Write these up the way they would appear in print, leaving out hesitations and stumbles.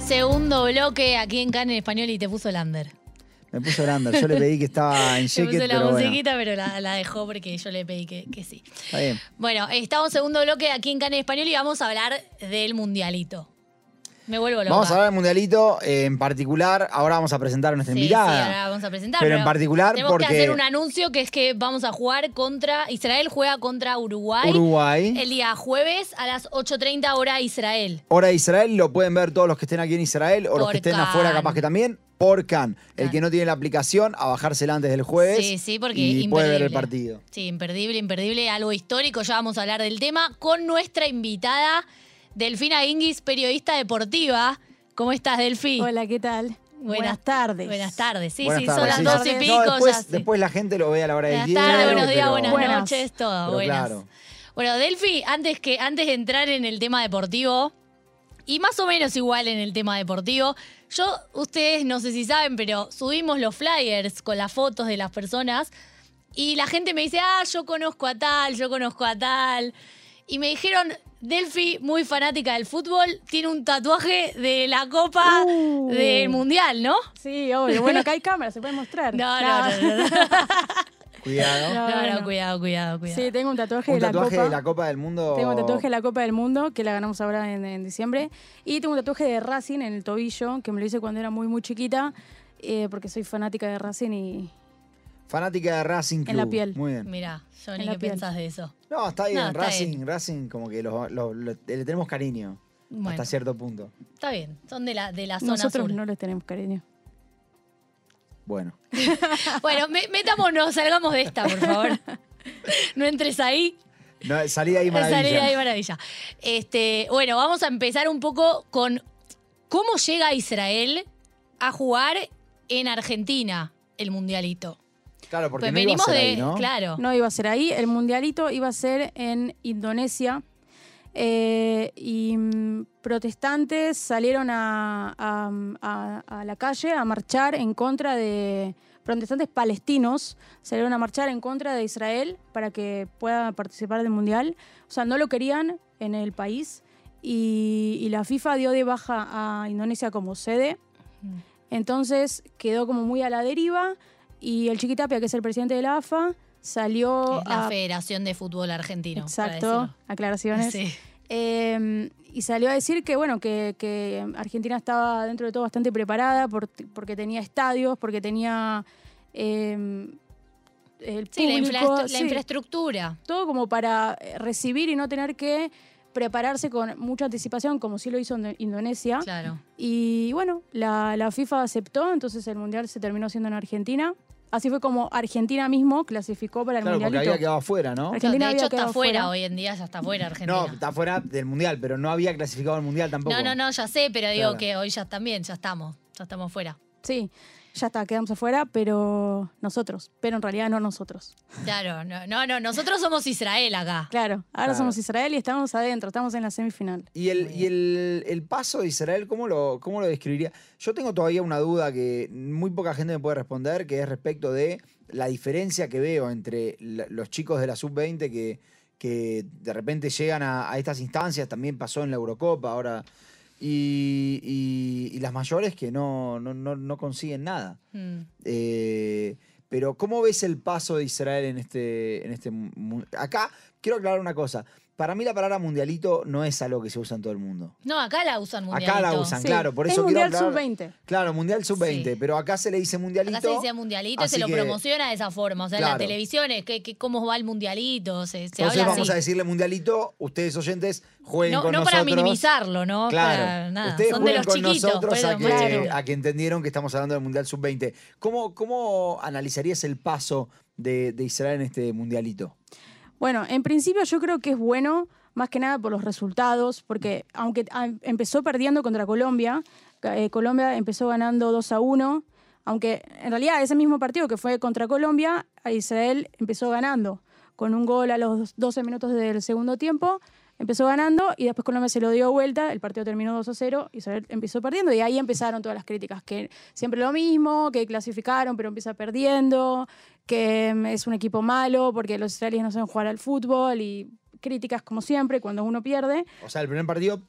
Segundo bloque aquí en Cannes en Español y te puso el under. Me puso el under. Yo le pedí que estaba en Te jacket, puso la pero musiquita, pero la dejó porque yo le pedí que sí. Está bien. Bueno, estamos en segundo bloque aquí en Cannes en Español y vamos a hablar del mundialito. Me vuelvo loca. Vamos a hablar del mundialito en particular. Ahora vamos a presentar a nuestra invitada. Sí, ahora vamos a presentar. Pero en particular tenemos porque... que hacer un anuncio que es que vamos a jugar contra... Israel juega contra Uruguay. El día jueves a las 8:30 hora Israel. Hora de Israel, lo pueden ver todos los que estén aquí en Israel o los que estén afuera capaz que también. Por Cannes. El que no tiene la aplicación, a bajársela antes del jueves. Sí, porque y puede ver el partido. Sí, imperdible, algo histórico. Ya vamos a hablar del tema con nuestra invitada, Delfina Guinguis, periodista deportiva. ¿Cómo estás, Delfi? Hola, ¿qué tal? Buenas tardes. Buenas tardes, sí, Buenas tardes, son las 2:00 y pico. No, después la gente lo ve a la hora del día. Buenas tardes, buenos días, buenas buenas. noches, todo Pero buenas. claro. Bueno, Delfi, antes de entrar en el tema deportivo, y más o menos igual en el tema deportivo, ustedes no sé si saben, pero subimos los flyers con las fotos de las personas y la gente me dice, yo conozco a tal. Y me dijeron, Delfi, muy fanática del fútbol, tiene un tatuaje de la Copa del Mundial, ¿no? Sí, obvio. Bueno, acá hay cámara, se puede mostrar. No. Cuidado. Cuidado. Sí, tengo un tatuaje ¿Un de la tatuaje Copa. de la Copa del Mundo? Tengo un tatuaje de la Copa del Mundo, que la ganamos ahora en diciembre. Y tengo un tatuaje de Racing en el tobillo, que me lo hice cuando era muy chiquita, porque soy fanática de Racing y... Fanática de Racing Club. En la piel. Muy bien. Mirá, Johnny, En la ¿qué piel. pensás de eso? No, está bien. No, está Racing como que le tenemos cariño. Bueno. Hasta cierto punto. Está bien, son de la zona Nosotros sur. no les tenemos cariño. Bueno. Bueno, metámonos, salgamos de esta, por favor. No entres ahí. No, salí de ahí maravilla. Salí de ahí maravilla. Bueno, vamos a empezar un poco con cómo llega Israel a jugar en Argentina el mundialito. Claro, porque Pues no iba a venimos ser de, ahí, ¿no? claro. No iba a ser ahí. El mundialito iba a ser en Indonesia. Protestantes salieron a la calle a marchar en contra de... Protestantes palestinos salieron a marchar en contra de Israel para que pueda participar del Mundial. O sea, no lo querían en el país y la FIFA dio de baja a Indonesia como sede. Entonces quedó como muy a la deriva y el Chiquitapia, que es el presidente de la AFA, salió Es la Federación de Fútbol Argentino. Exacto, aclaraciones. Sí. Y salió a decir que, bueno, que Argentina estaba dentro de todo bastante preparada porque tenía estadios, porque tenía el público. La infraestructura. Todo como para recibir y no tener que prepararse con mucha anticipación, como sí lo hizo Indonesia. Claro. Y bueno, la FIFA aceptó, entonces el Mundial se terminó siendo en Argentina. Así fue como Argentina mismo clasificó para el Claro, Mundialito. porque había quedado afuera, ¿no? Argentina De había hecho, está quedado fuera hoy en día, ya está fuera Argentina. No, está fuera del Mundial, pero no había clasificado al Mundial tampoco. No, ya sé, pero digo Claro. que hoy ya estamos fuera. Sí, ya está, quedamos afuera, pero en realidad no nosotros. Claro, no, nosotros somos Israel acá. Claro, ahora Claro. somos Israel y estamos adentro, estamos en la semifinal. Y el paso de Israel, ¿cómo lo describiría? Yo tengo todavía una duda que muy poca gente me puede responder, que es respecto de la diferencia que veo entre los chicos de la sub-20 que de repente llegan a estas instancias, también pasó en la Eurocopa ahora, y las mayores que no consiguen nada. Pero ¿cómo ves el paso de Israel en este acá quiero aclarar una cosa. Para mí la palabra mundialito no es algo que se usa en todo el mundo. No, acá la usan mundialito. Acá la usan, Sí, claro. Por es eso Mundial quiero aclarar. Sub-20. Claro, Mundial Sub-20. Sí. Pero acá se le dice mundialito. Acá se dice mundialito y así se lo que, promociona de esa forma. O sea, en la claro. televisión, ¿cómo va el mundialito? Se Entonces habla vamos así. a decirle mundialito. Ustedes oyentes jueguen con No nosotros. para minimizarlo, ¿no? Claro. Para nada. Ustedes Son de jueguen los con chiquitos. nosotros pues, a claro. que entendieron que estamos hablando del Mundial Sub-20. ¿Cómo analizarías el paso de Israel en este mundialito? Bueno, en principio yo creo que es bueno, más que nada por los resultados, porque aunque empezó perdiendo contra Colombia, Colombia empezó ganando 2-1, aunque en realidad ese mismo partido que fue contra Colombia, Israel empezó ganando, con un gol a los 12 minutos del segundo tiempo, empezó ganando y después Colombia se lo dio vuelta, el partido terminó 2-0, Israel empezó perdiendo y ahí empezaron todas las críticas, que siempre lo mismo, que clasificaron pero empieza perdiendo, que es un equipo malo porque los israelíes no saben jugar al fútbol y críticas como siempre cuando uno pierde. O sea, el primer partido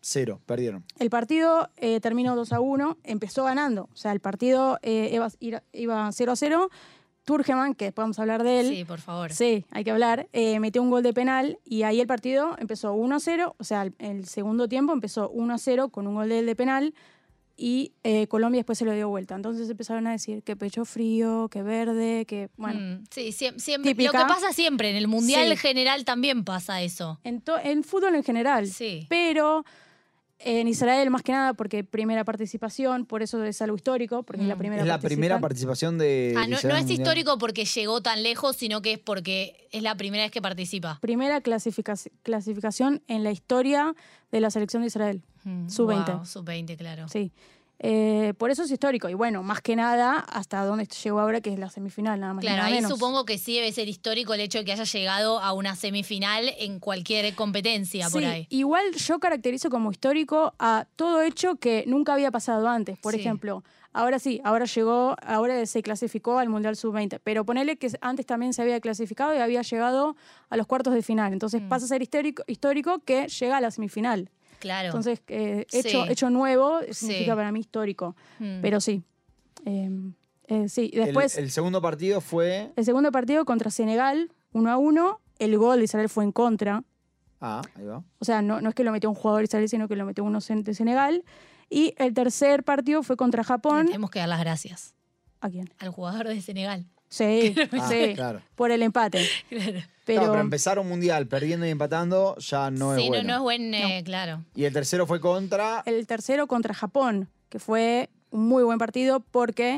0, perdieron. El partido terminó 2-1, empezó ganando. O sea, el partido iba 0-0. Turgeman, que después vamos a hablar de él. Sí, por favor. Sí, hay que hablar. Metió un gol de penal y ahí el partido empezó 1-0. O sea, el segundo tiempo empezó 1-0 con un gol de él de penal y Colombia después se lo dio vuelta. Entonces empezaron a decir que pecho frío, que verde, que bueno. Sí, siempre. Típica. Lo que pasa siempre, en el Mundial Sí. general también pasa eso. En fútbol en general. Sí. Pero en Israel más que nada porque primera participación, por eso es algo histórico, porque es la primera Es la primera participación de No Israel en es el Mundial. histórico porque llegó tan lejos, sino que es porque es la primera vez que participa. Primera clasificación en la historia de la selección de Israel. Sub-20. Wow, sub-20, claro. Sí. Por eso es histórico. Y bueno, más que nada, hasta donde llegó ahora, que es la semifinal, nada más. Claro, y nada ahí menos. supongo que sí debe ser histórico el hecho de que haya llegado a una semifinal en cualquier competencia por Sí, ahí. igual yo caracterizo como histórico a todo hecho que nunca había pasado antes. Por Sí. ejemplo, ahora sí, ahora se clasificó al Mundial Sub-20, pero ponele que antes también se había clasificado y había llegado a los cuartos de final. Entonces pasa a ser histórico que llega a la semifinal. Claro. Entonces, Sí. hecho nuevo significa Sí. para mí histórico. Mm. Pero sí. Sí, después El segundo partido fue... el segundo partido contra Senegal, 1-1. El gol de Israel fue en contra. Ah, ahí va. O sea, no es que lo metió un jugador israelí, sino que lo metió uno de Senegal. Y el tercer partido fue contra Le Japón. tenemos que dar las gracias ¿A quién? al jugador de Senegal. Sí, Ah, sí, claro. por el empate. Claro. Pero, Claro, pero empezar un mundial perdiendo y empatando ya no es Sí, bueno. no es buen, claro. Y el tercero fue contra... el tercero contra Japón, que fue un muy buen partido porque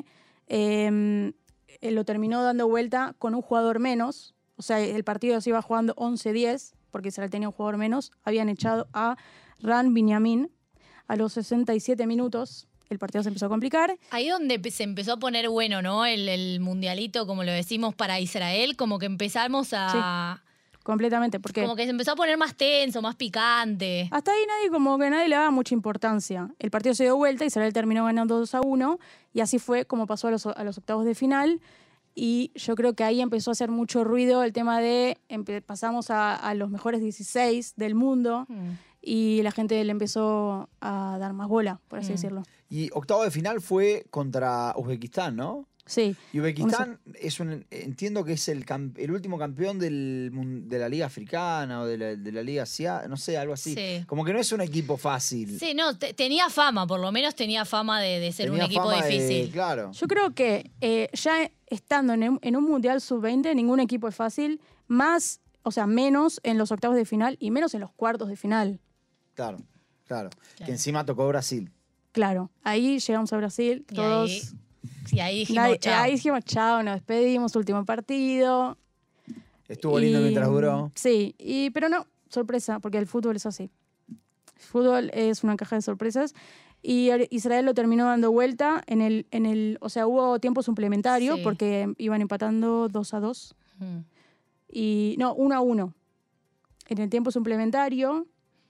lo terminó dando vuelta con un jugador menos. O sea, el partido se iba jugando 11-10, porque Israel tenía un jugador menos. Habían echado a Ran Binyamin a los 67 minutos. El partido se empezó a complicar. Ahí donde se empezó a poner bueno, ¿no? El mundialito, como lo decimos, para Israel, como que empezamos a... Completamente, porque Como que se empezó a poner más tenso, más picante. hasta ahí nadie le daba mucha importancia. El partido se dio vuelta, Israel terminó ganando 2-1 y así fue como pasó a los octavos de final. Y yo creo que ahí empezó a hacer mucho ruido el tema de pasamos a los mejores 16 del mundo y la gente le empezó a dar más bola, por así decirlo. Y octavo de final fue contra Uzbekistán, ¿no? Sí. Y Uzbekistán entiendo que es el último campeón de la Liga Africana o de la Liga Asiática, no sé, algo así. Sí. Como que no es un equipo fácil. Sí, no, tenía fama, por lo menos tenía fama de ser Tenía un equipo fama difícil. Claro. Yo creo que ya estando en un Mundial Sub-20, ningún equipo es fácil, menos en los octavos de final y menos en los cuartos de final. Claro. Que encima tocó Brasil. Claro, ahí llegamos a Brasil, Y todos... ahí dijimos, chao. Ahí dijimos chao, nos despedimos, último partido. Estuvo lindo mientras duró. Sí, pero no, sorpresa, porque el fútbol es así. El fútbol es una caja de sorpresas. Y Israel lo terminó dando vuelta o sea, hubo tiempo suplementario Sí. porque iban empatando 2-2. Y no, 1-1. En el tiempo suplementario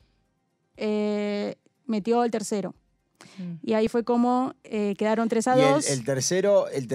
metió el tercero. Y ahí fue como quedaron 3-2. Y el tercero, el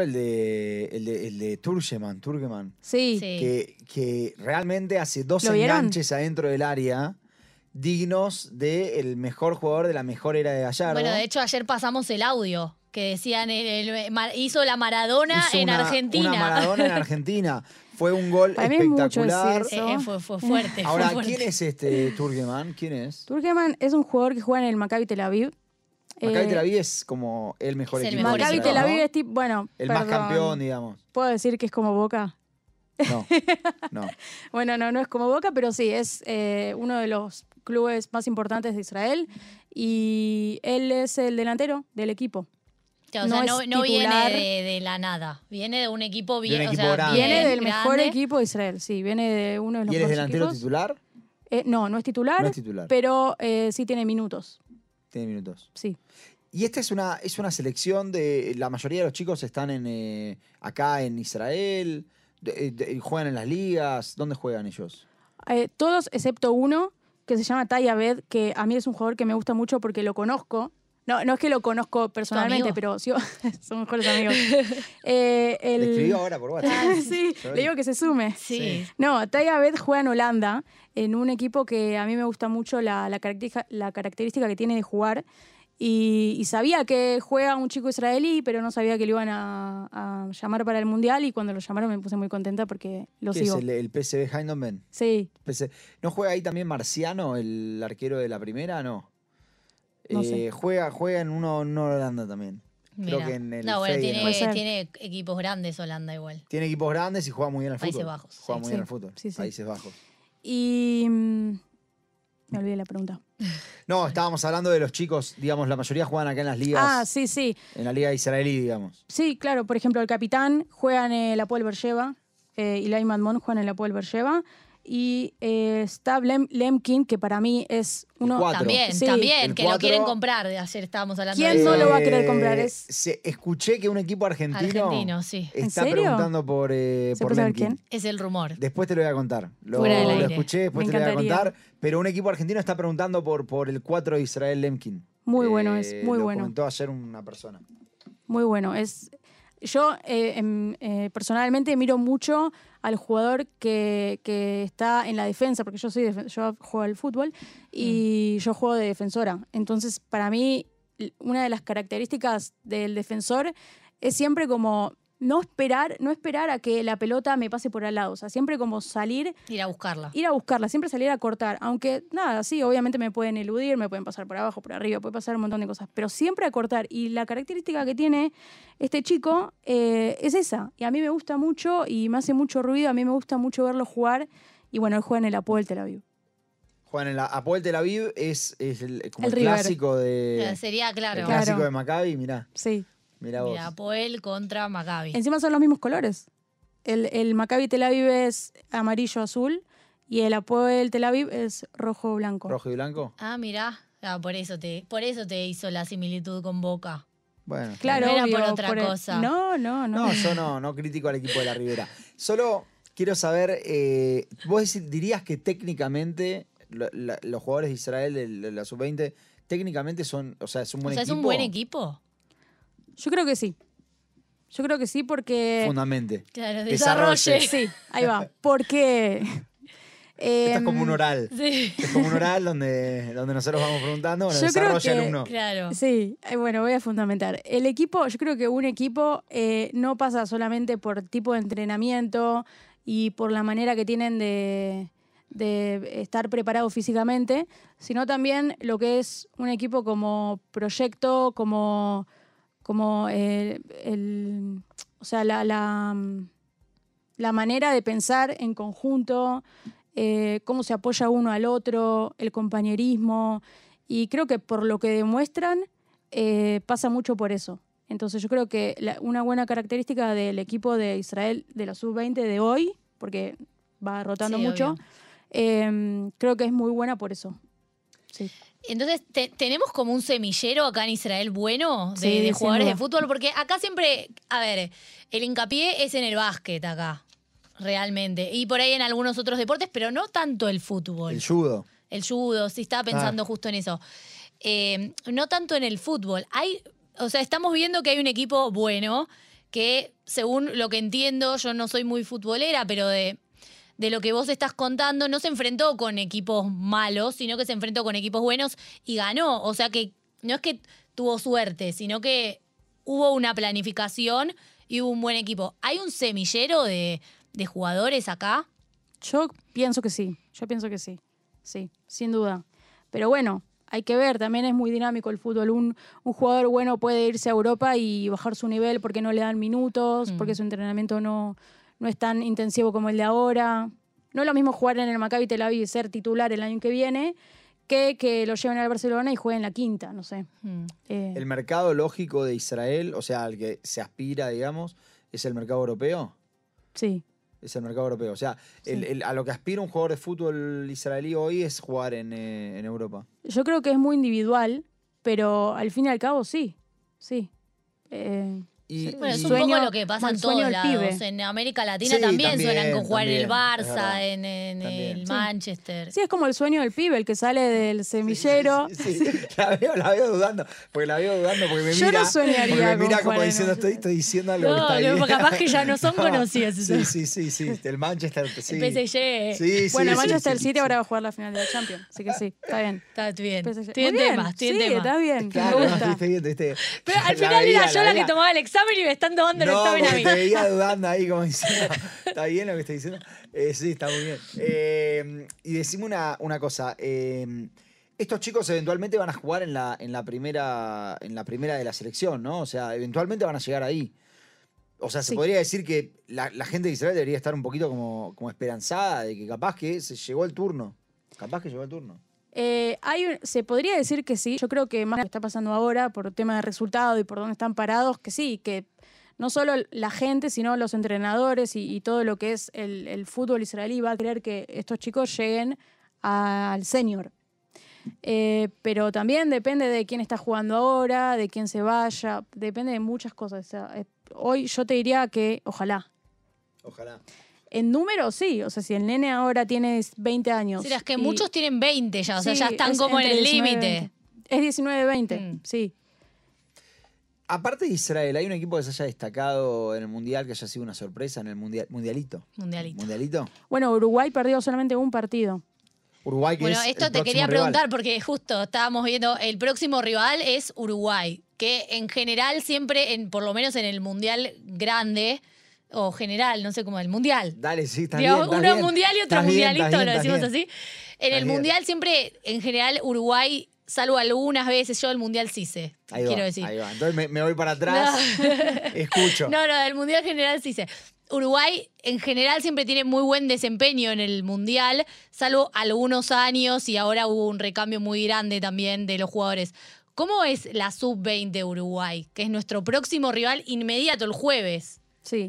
de Turgeman. Sí. Sí. Que realmente hace dos ¿Lo vieron? enganches adentro del área dignos del mejor jugador de la mejor era de Gallardo. Bueno, de hecho, ayer pasamos el audio que decían, hizo la Maradona Hizo en Argentina. Una Maradona en Argentina. Fue un gol Para mí es mucho espectacular. decir eso. Fue fuerte. Ahora, fue fuerte. ¿quién es Turgeman? ¿Quién es? Turgeman es un jugador que juega en el Maccabi Tel Aviv. Maccabi Tel Aviv es como el mejor es el equipo. mejor de Maccabi equipo, Tel Israel, Aviv ¿no? es tipo, bueno, El más perdón. campeón, digamos. ¿Puedo decir que es como Boca? No. Bueno, no es como Boca, pero sí, es uno de los clubes más importantes de Israel y él es el delantero del equipo. O sea, no no, es no viene titular. de la nada. Viene de un equipo bien. De un o sea, equipo grande. bien Viene del mejor grande. equipo de Israel, sí, viene de uno de los ¿Y él es mejores delantero equipos. titular? No es titular, No es titular. pero sí tiene minutos, Tiene minutos. sí. Y esta es una selección de... La mayoría de los chicos están acá en Israel, juegan en las ligas. ¿Dónde juegan ellos? Todos excepto uno que se llama Tai Abed, que a mí es un jugador que me gusta mucho porque lo conozco. No, no es que lo conozco personalmente, amigo? pero sí, son mejores amigos. Le escribió ahora por WhatsApp. Sí, le digo que se sume. Sí. No, Tai Abed juega en Holanda, en un equipo que a mí me gusta mucho la característica que tiene de jugar. Y sabía que juega un chico israelí, pero no sabía que lo iban a llamar para el Mundial. Y cuando lo llamaron me puse muy contenta porque lo ¿Qué sigo. es el PSV Eindhoven? Sí, ¿No juega ahí también Marciano, el arquero de la primera? No. No sé. Juega en uno Holanda también. Creo Mira. que en el No, bueno, Feyenoord. Puede ser. tiene equipos grandes Holanda igual. Tiene equipos grandes y juega muy bien al Países fútbol. Bajos, Juega sí. muy bien Sí. al fútbol. Sí, sí. Países Bajos. y me olvidé la pregunta. No, estábamos hablando de los chicos, digamos, la mayoría juegan acá en las ligas. Ah, sí, sí. En la liga israelí, digamos. Sí, claro. Por ejemplo, el capitán juega en el Hapoel Beersheba. Eli Madmon juega en el Hapoel Beersheba. Y Stav Lemkin, que para mí es uno... cuatro. También, Sí. también, El que cuatro. lo quieren comprar. Ayer estábamos hablando ¿Quién de no eso. lo va a querer comprar? Escuché que un equipo Argentino, sí. ¿En está serio? preguntando por ¿Se por puede saber Lemkin. quién? Es el rumor. Después te lo voy a contar. Fuera del Lo aire. escuché, después Me te lo voy a encantaría. contar. Pero un equipo argentino está preguntando por el 4 de Israel Lemkin. Muy bueno es, muy lo bueno. comentó ayer una persona. Muy bueno. Yo personalmente miro mucho al jugador que está en la defensa, porque yo juego al fútbol y yo juego de defensora. Entonces, para mí, una de las características del defensor es siempre como no esperar a que la pelota me pase por al lado. O sea, siempre como Ir a buscarla. ir a buscarla, siempre salir a cortar. Aunque, nada, sí, obviamente me pueden eludir, me pueden pasar por abajo, por arriba, puede pasar un montón de cosas, pero siempre a cortar. Y la característica que tiene este chico es esa. Y a mí me gusta mucho y me hace mucho ruido, a mí me gusta mucho verlo jugar. Y bueno, él juega en el Hapoel Tel Aviv. Juan, en la Hapoel Tel Aviv como El el River. clásico de... Sería, claro. El Claro. clásico de Maccabi, mirá. Sí. Mirá vos. Mira, Poel contra Maccabi. Encima son los mismos colores. El Maccabi Tel Aviv es amarillo-azul y el Hapoel Tel Aviv es rojo-blanco. Rojo y blanco. Ah, mira. Ah, por eso te hizo la similitud con Boca. Bueno. está Claro, bien. No era por obvio, otra cosa. No. No, yo no critico al equipo de la Ribera. Solo quiero saber, vos dirías que técnicamente los jugadores de Israel de la Sub-20 técnicamente son, o sea, es un buen equipo. ¿es un buen equipo? Yo creo que sí. Yo creo que sí porque... Fundamente. Claro, Desarrolle. desarrolle. Sí, ahí va. Porque... Esto es como un oral. Sí, Es como un oral donde nosotros vamos preguntando, bueno, Yo creo desarrolla que- el uno. claro. Sí, bueno, voy a fundamentar. El equipo, yo creo que un equipo no pasa solamente por tipo de entrenamiento y por la manera que tienen de estar preparado físicamente, sino también lo que es un equipo como proyecto, como o sea, la manera de pensar en conjunto, cómo se apoya uno al otro, el compañerismo. Y creo que por lo que demuestran, pasa mucho por eso. Entonces yo creo que una buena característica del equipo de Israel de la Sub-20 de hoy, porque va rotando Sí, mucho, obvio. creo que es muy buena por eso. Sí. Entonces, ¿tenemos como un semillero acá en Israel bueno de, Sí, de sin jugadores de duda. fútbol? Porque acá siempre, a ver, el hincapié es en el básquet acá, realmente. Y por ahí en algunos otros deportes, pero no tanto el fútbol. El judo. El judo, sí, estaba pensando justo en eso. No tanto en el fútbol. O sea, estamos viendo que hay un equipo bueno que, según lo que entiendo, yo no soy muy futbolera, pero de lo que vos estás contando, no se enfrentó con equipos malos, sino que se enfrentó con equipos buenos y ganó. O sea que no es que tuvo suerte, sino que hubo una planificación y hubo un buen equipo. ¿Hay un semillero de jugadores acá? Yo pienso que sí, sí, sin duda. Pero bueno, hay que ver, también es muy dinámico el fútbol. Un jugador bueno puede irse a Europa y bajar su nivel porque no le dan minutos, porque su entrenamiento no es tan intensivo como el de ahora. No es lo mismo jugar en el Maccabi Tel Aviv y ser titular el año que viene que lo lleven al Barcelona y jueguen la quinta, no sé. El mercado lógico de Israel, o sea, al que se aspira, digamos, es el mercado europeo. Sí. Es el mercado europeo. O sea, Sí. a lo que aspira un jugador de fútbol israelí hoy es jugar en Europa. Yo creo que es muy individual, pero al fin y al cabo sí. Sí. Y, Sí. Bueno, es un Sueño- poco lo que pasa como en el sueño todos del lados. pibe. En América Latina Sí, también suenan con jugar en el también, es Barça, verdad. en También. el Sí. Manchester. Sí, es como el sueño del pibe, el que sale del semillero. Sí. La veo dudando. Porque me Yo mira. no soñaría porque me mira con como jugar en diciendo, el estoy diciendo algo que No, está no, bien. capaz que ya no son conocidos esos. Sí. El Manchester, sí. El PSG. Sí, Bueno, el sí, Manchester sí, City sí. ahora va a jugar la final de la Champions, así que sí, está bien. Está bien. PSG. Estoy en Muy bien, tema, estoy en sí, tema. está bien, Claro, me no, gusta. viste. Pero al La final veía, era yo la que veía. tomaba el examen y me están tomando el No, examen a porque mí. te veía dudando ahí como diciendo, ¿está bien lo que estoy diciendo? Sí, está muy bien. Y decime una cosa. Estos chicos eventualmente van a jugar en la primera de la selección, ¿no? O sea, eventualmente van a llegar ahí. O sea, se Sí. podría decir que la gente de Israel debería estar un poquito como esperanzada de que capaz que se llegó el turno. Capaz que llegó el turno. Se podría decir que sí. Yo creo que más lo que está pasando ahora por tema de resultado y por dónde están parados, que sí, que no solo la gente, sino los entrenadores y todo lo que es el fútbol israelí va a querer que estos chicos lleguen al senior. Pero también depende de quién está jugando ahora, de quién se vaya, depende de muchas cosas. O sea, hoy yo te diría que ojalá. Ojalá. En número sí, o sea, si el nene ahora tiene 20 años. Sí, es que y- muchos tienen 20 ya, o sea, sí, ya están es como en entre el 19 y límite. 20. Es 19-20, Mm. sí. Aparte de Israel, ¿hay un equipo que se haya destacado en el Mundial, que haya sido una sorpresa en el Mundialito? Mundialito. ¿Mundialito? Bueno, Uruguay perdió solamente un partido. Uruguay, que Bueno, es esto el te quería próximo rival. preguntar porque justo estábamos viendo, el próximo rival es Uruguay, que en general siempre, por lo menos en el Mundial grande, o general, no sé cómo, el Mundial. Dale, sí, está Digamos, bien. uno es mundial y otro Estás bien, mundialito, estás bien, lo decimos estás bien. así. En Estás el bien. mundial siempre, en general, Uruguay, salvo algunas veces, yo el mundial sí sé, Ahí quiero va, decir. ahí va. Entonces me voy para atrás, No. escucho. No, del mundial general sí sé. Uruguay en general siempre tiene muy buen desempeño en el mundial, salvo algunos años y ahora hubo un recambio muy grande también de los jugadores. ¿Cómo es la sub-20 Uruguay, que es nuestro próximo rival inmediato el jueves? Sí.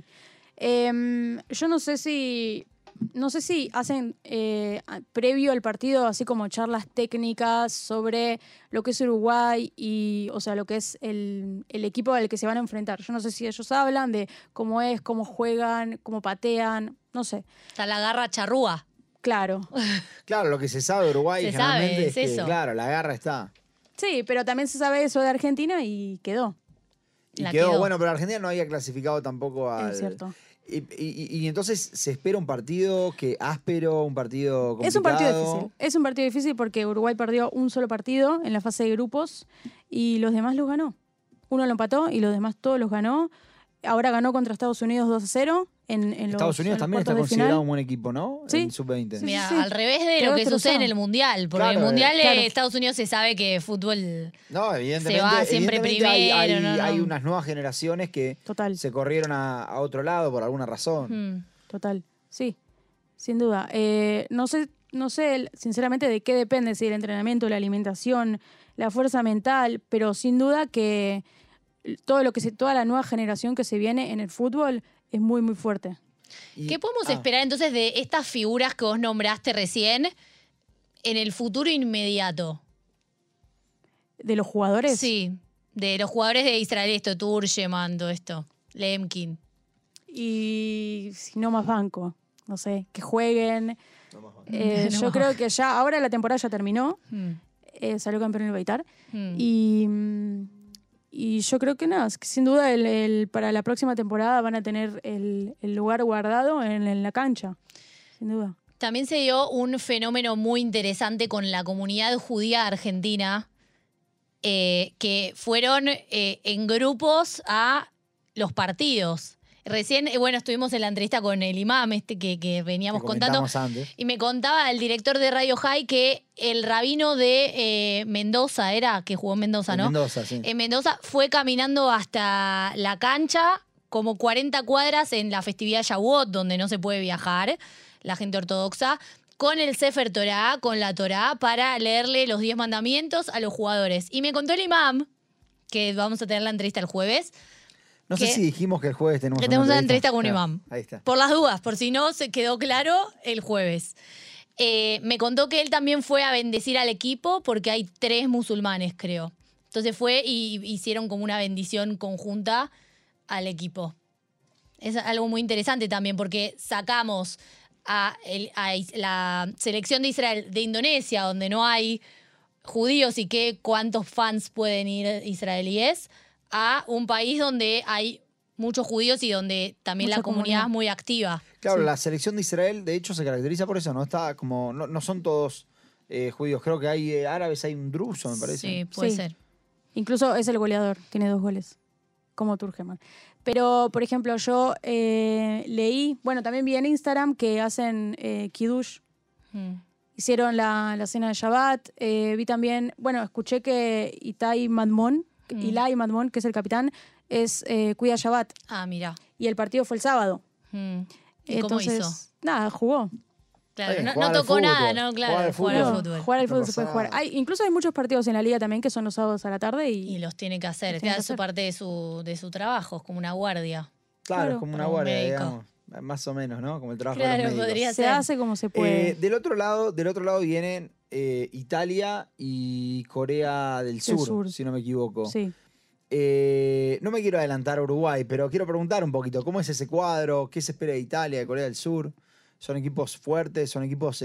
Yo no sé si hacen previo al partido así como charlas técnicas sobre lo que es Uruguay y, o sea, lo que es el equipo al que se van a enfrentar. Yo no sé si ellos hablan de cómo es, cómo juegan, cómo patean, no sé. Está la garra charrúa. Claro. Claro, lo que se sabe de Uruguay Se generalmente sabe, es es que, eso. claro, la garra está. Sí, pero también se sabe eso de Argentina y quedó. Y La quedó, quedó. bueno, pero Argentina no había clasificado tampoco al... Es cierto. Y entonces se espera un partido que áspero, un partido complicado. Es un partido difícil. Es un partido difícil porque Uruguay perdió un solo partido en la fase de grupos y los demás los ganó. Uno lo empató y los demás todos los ganó. Ahora ganó contra Estados Unidos 2-0 en los Estados Unidos en los también está cuartos de considerado final. un buen equipo, ¿no? Sí. En sub-20. Sí, Mira, sí. al revés de Quedó lo que sucede en destrozado. el mundial, porque Claro, en el mundial claro. Estados Unidos se sabe que fútbol No, evidentemente. se va siempre evidentemente primero, no. hay unas nuevas generaciones que Total. se corrieron a otro lado por alguna razón. Total, sí, sin duda. No sé sinceramente de qué depende, si el entrenamiento, la alimentación, la fuerza mental, pero sin duda que toda la nueva generación que se viene en el fútbol es muy, muy fuerte. Y- ¿Qué podemos esperar entonces de estas figuras que vos nombraste recién en el futuro inmediato? ¿De los jugadores? Sí, de los jugadores de Israel, esto, Turgeman, todo esto, Lemkin. Y si no más banco, no sé, que jueguen. No Yo más creo que ya, ahora la temporada ya terminó, Mm, salió campeón el Beitar. mm. Y yo creo que nada, es que sin duda para la próxima temporada van a tener el lugar guardado en la cancha, sin duda. También se dio un fenómeno muy interesante con la comunidad judía argentina, que fueron en grupos a los partidos. Recién, bueno, estuvimos en la entrevista con el imam que veníamos que contando. comentamos antes. Y me contaba el director de Radio High que el rabino de Mendoza era, que jugó en Mendoza, En ¿no? Mendoza, sí. En Mendoza fue caminando hasta la cancha, como 40 cuadras en la festividad Shavuot, donde no se puede viajar, la gente ortodoxa, con el Sefer Torah, con la Torah, para leerle los 10 mandamientos a los jugadores. Y me contó el imam, que vamos a tener la entrevista el jueves, No sé que- si dijimos que el jueves tenemos que tenemos una entrevista con un Claro, imam. Ahí está. Por las dudas, por si no se quedó claro, el jueves. Me contó que él también fue a bendecir al equipo porque hay 3 musulmanes, creo. Entonces fue y hicieron como una bendición conjunta al equipo. Es algo muy interesante también porque sacamos a la selección de Israel de Indonesia, donde no hay judíos y cuántos fans pueden ir israelíes, a un país donde hay muchos judíos y donde también Mucha la comunidad es muy activa. Claro, Sí. la selección de Israel, de hecho, se caracteriza por eso, ¿no? Está como, no son todos judíos. Creo que hay árabes, hay un druso, me parece. Sí, puede Sí. ser. Incluso es el goleador, tiene 2 goles, como Turgeman. Pero, por ejemplo, yo leí, bueno, también vi en Instagram que hacen Kiddush, Mm. hicieron la cena de Shabbat. Vi también, bueno, escuché que Ilai Madmon, que es el capitán, cuida Shabbat. Ah, mira. Y el partido fue el sábado. ¿Y cómo Entonces, hizo? nada, jugó. Claro, Está bien, no jugar al tocó nada, fútbol, ¿no? Claro, jugar al jugar al fútbol. fútbol. Jugar al fútbol No se puede pasa jugar. nada. Incluso hay muchos partidos en la liga también que son los sábados a la tarde Y los tiene que hacer. Los tiene Claro, que es su hacer. parte de su trabajo, es como una guardia. Claro, Claro. es como una Para un guardia, médico. digamos. Más o menos, ¿no? Como el trabajo de Claro, los médicos. podría se ser. hace como se puede. Del otro lado vienen Italia y Corea del Sur, si no me equivoco. Sí. No me quiero adelantar a Uruguay, pero quiero preguntar un poquito, ¿cómo es ese cuadro? ¿Qué se espera de Italia, de Corea del Sur? ¿Son equipos fuertes? ¿Son equipos,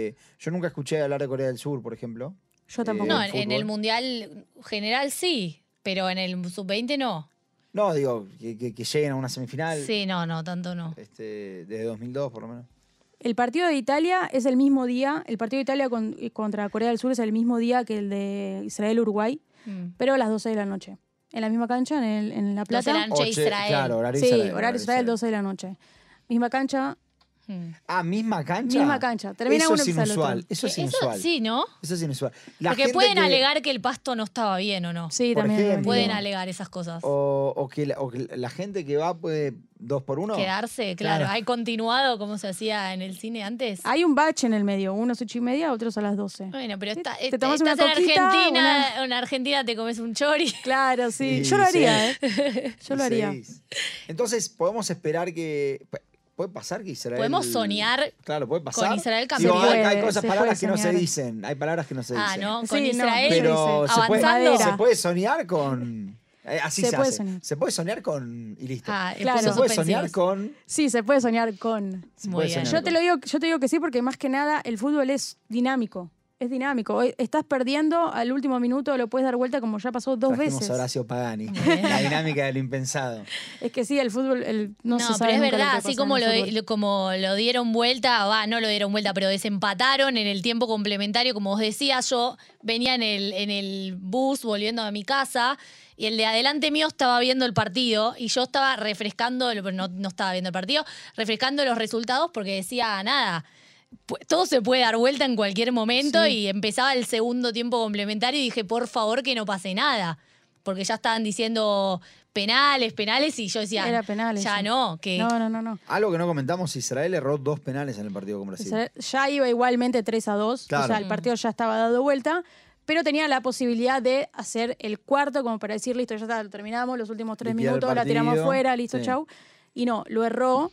Yo nunca escuché hablar de Corea del Sur, por ejemplo. Yo tampoco. No, el en el fútbol. Mundial general sí, pero en el Sub-20 no. No, digo, que lleguen a una semifinal. Sí, no, tanto no. Desde 2002, por lo menos. El partido de Italia es el mismo día, el partido de Italia contra Corea del Sur es el mismo día que el de Israel-Uruguay, pero a las 12 de la noche. En la misma cancha, en La 12 de Plata. la noche Israel. Claro, horario Sí, Israel. horario Israel, 12 de la noche. Misma cancha, Mm. Ah, ¿misma cancha? Misma cancha. Termina Eso uno, es empieza el otro. inusual. Eso es inusual. sí, ¿no? Eso es inusual. La Porque gente pueden que- alegar que el pasto no estaba bien o no. Sí, Por también. ejemplo. Pueden Digo. alegar esas cosas. O que la gente que va puede 2 por 1. Quedarse, claro. Claro. Hay continuado como se hacía en el cine antes. Hay un bache en el medio, unos 8:30, otros a las 12. Bueno, pero Te estás tomas en una coquita, Argentina, en Argentina te comes un chori. Claro, sí. Sí, Yo lo haría, sí. ¿eh? Yo lo haría. Entonces, podemos esperar que. ¿Puede pasar que Israel. Podemos soñar Claro, puede pasar. con Israel Digo, campeón. hay cosas, Se palabras puede que no se soñar. dicen. Hay palabras que no se dicen. Ah, ¿no? Con Sí, no, Israel Pero dice. se puede, avanzando. se puede soñar con. Así Se se, puede hace. soñar. Se puede soñar con. Y listo. Ah, Claro. se puntos puede suspensivos. soñar con. Sí, se puede soñar con. se Muy puede bien. soñar Yo te digo que sí porque más que nada el fútbol es dinámico. Es dinámico. Hoy estás perdiendo al último minuto, lo puedes dar vuelta como ya pasó 2 Trajimos veces. a Horacio Pagani. bien. La dinámica del impensado. Es que sí, el fútbol no, se No, sabe pero es nunca lo verdad, que así pasa como en el fútbol. como lo dieron vuelta, no lo dieron vuelta, pero desempataron en el tiempo complementario, como os decía, yo venía en el bus volviendo a mi casa y el de adelante mío estaba viendo el partido y yo estaba refrescando, pero no estaba viendo el partido, refrescando los resultados porque decía, nada, todo se puede dar vuelta en cualquier momento Sí. y empezaba el segundo tiempo complementario y dije, por favor que no pase nada, porque ya estaban diciendo penales y yo decía, Era penales, ya sí. no, que No. Algo que no comentamos, Israel erró 2 penales en el partido con Brasil. Ya iba igualmente 3-2. Claro. O sea, el partido ya estaba dado vuelta. Pero tenía la posibilidad de hacer el cuarto, como para decir, listo, ya está, lo terminamos, los últimos 3 Liquidar el minutos, la tiramos partido. afuera, listo, Sí. chau. Y no, lo erró.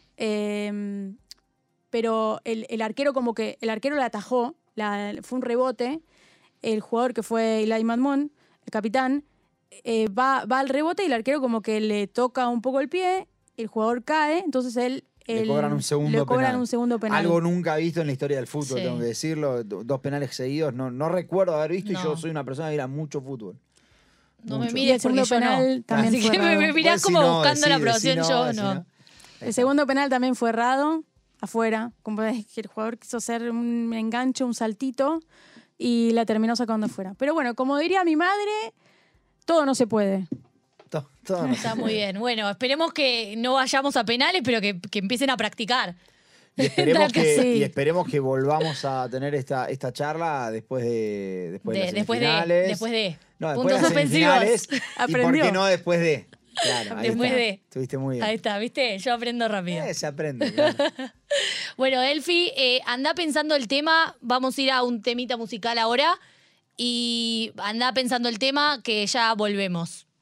Pero el arquero el arquero la atajó, fue un rebote. El jugador que fue Ilai Madmon, el capitán, va al rebote y el arquero como que le toca un poco el pie, el jugador cae, entonces Le cobran un segundo penal. Algo nunca visto en la historia del fútbol, Sí. tengo que decirlo. 2 penales seguidos. No recuerdo haber visto y No. yo soy una persona que mira mucho fútbol. no me mucho. Y el mires porque segundo yo penal no. también Así fue que raro. me mirás Pues como si no, buscando la decí aprobación, yo decí no. Ahí El está. segundo penal también fue errado, afuera, como es que el jugador quiso hacer un enganche, un saltito, y la terminó sacando afuera. Pero bueno, como diría mi madre, todo no se puede. Todo no Está se muy puede. bien. Bueno, esperemos que no vayamos a penales, pero que empiecen a practicar. Y esperemos, Sí. y esperemos que volvamos a tener esta charla después de las Después de semifinales. No, después puntos de las suspensivos. semifinales. ¿Y por Aprendió. qué no después de? Claro, ahí Después está. de. Estuviste muy bien. Ahí está, ¿viste? Yo aprendo rápido. Se aprende. Claro. Bueno, Elfi, anda pensando el tema. Vamos a ir a un temita musical ahora. Y anda pensando el tema que ya volvemos.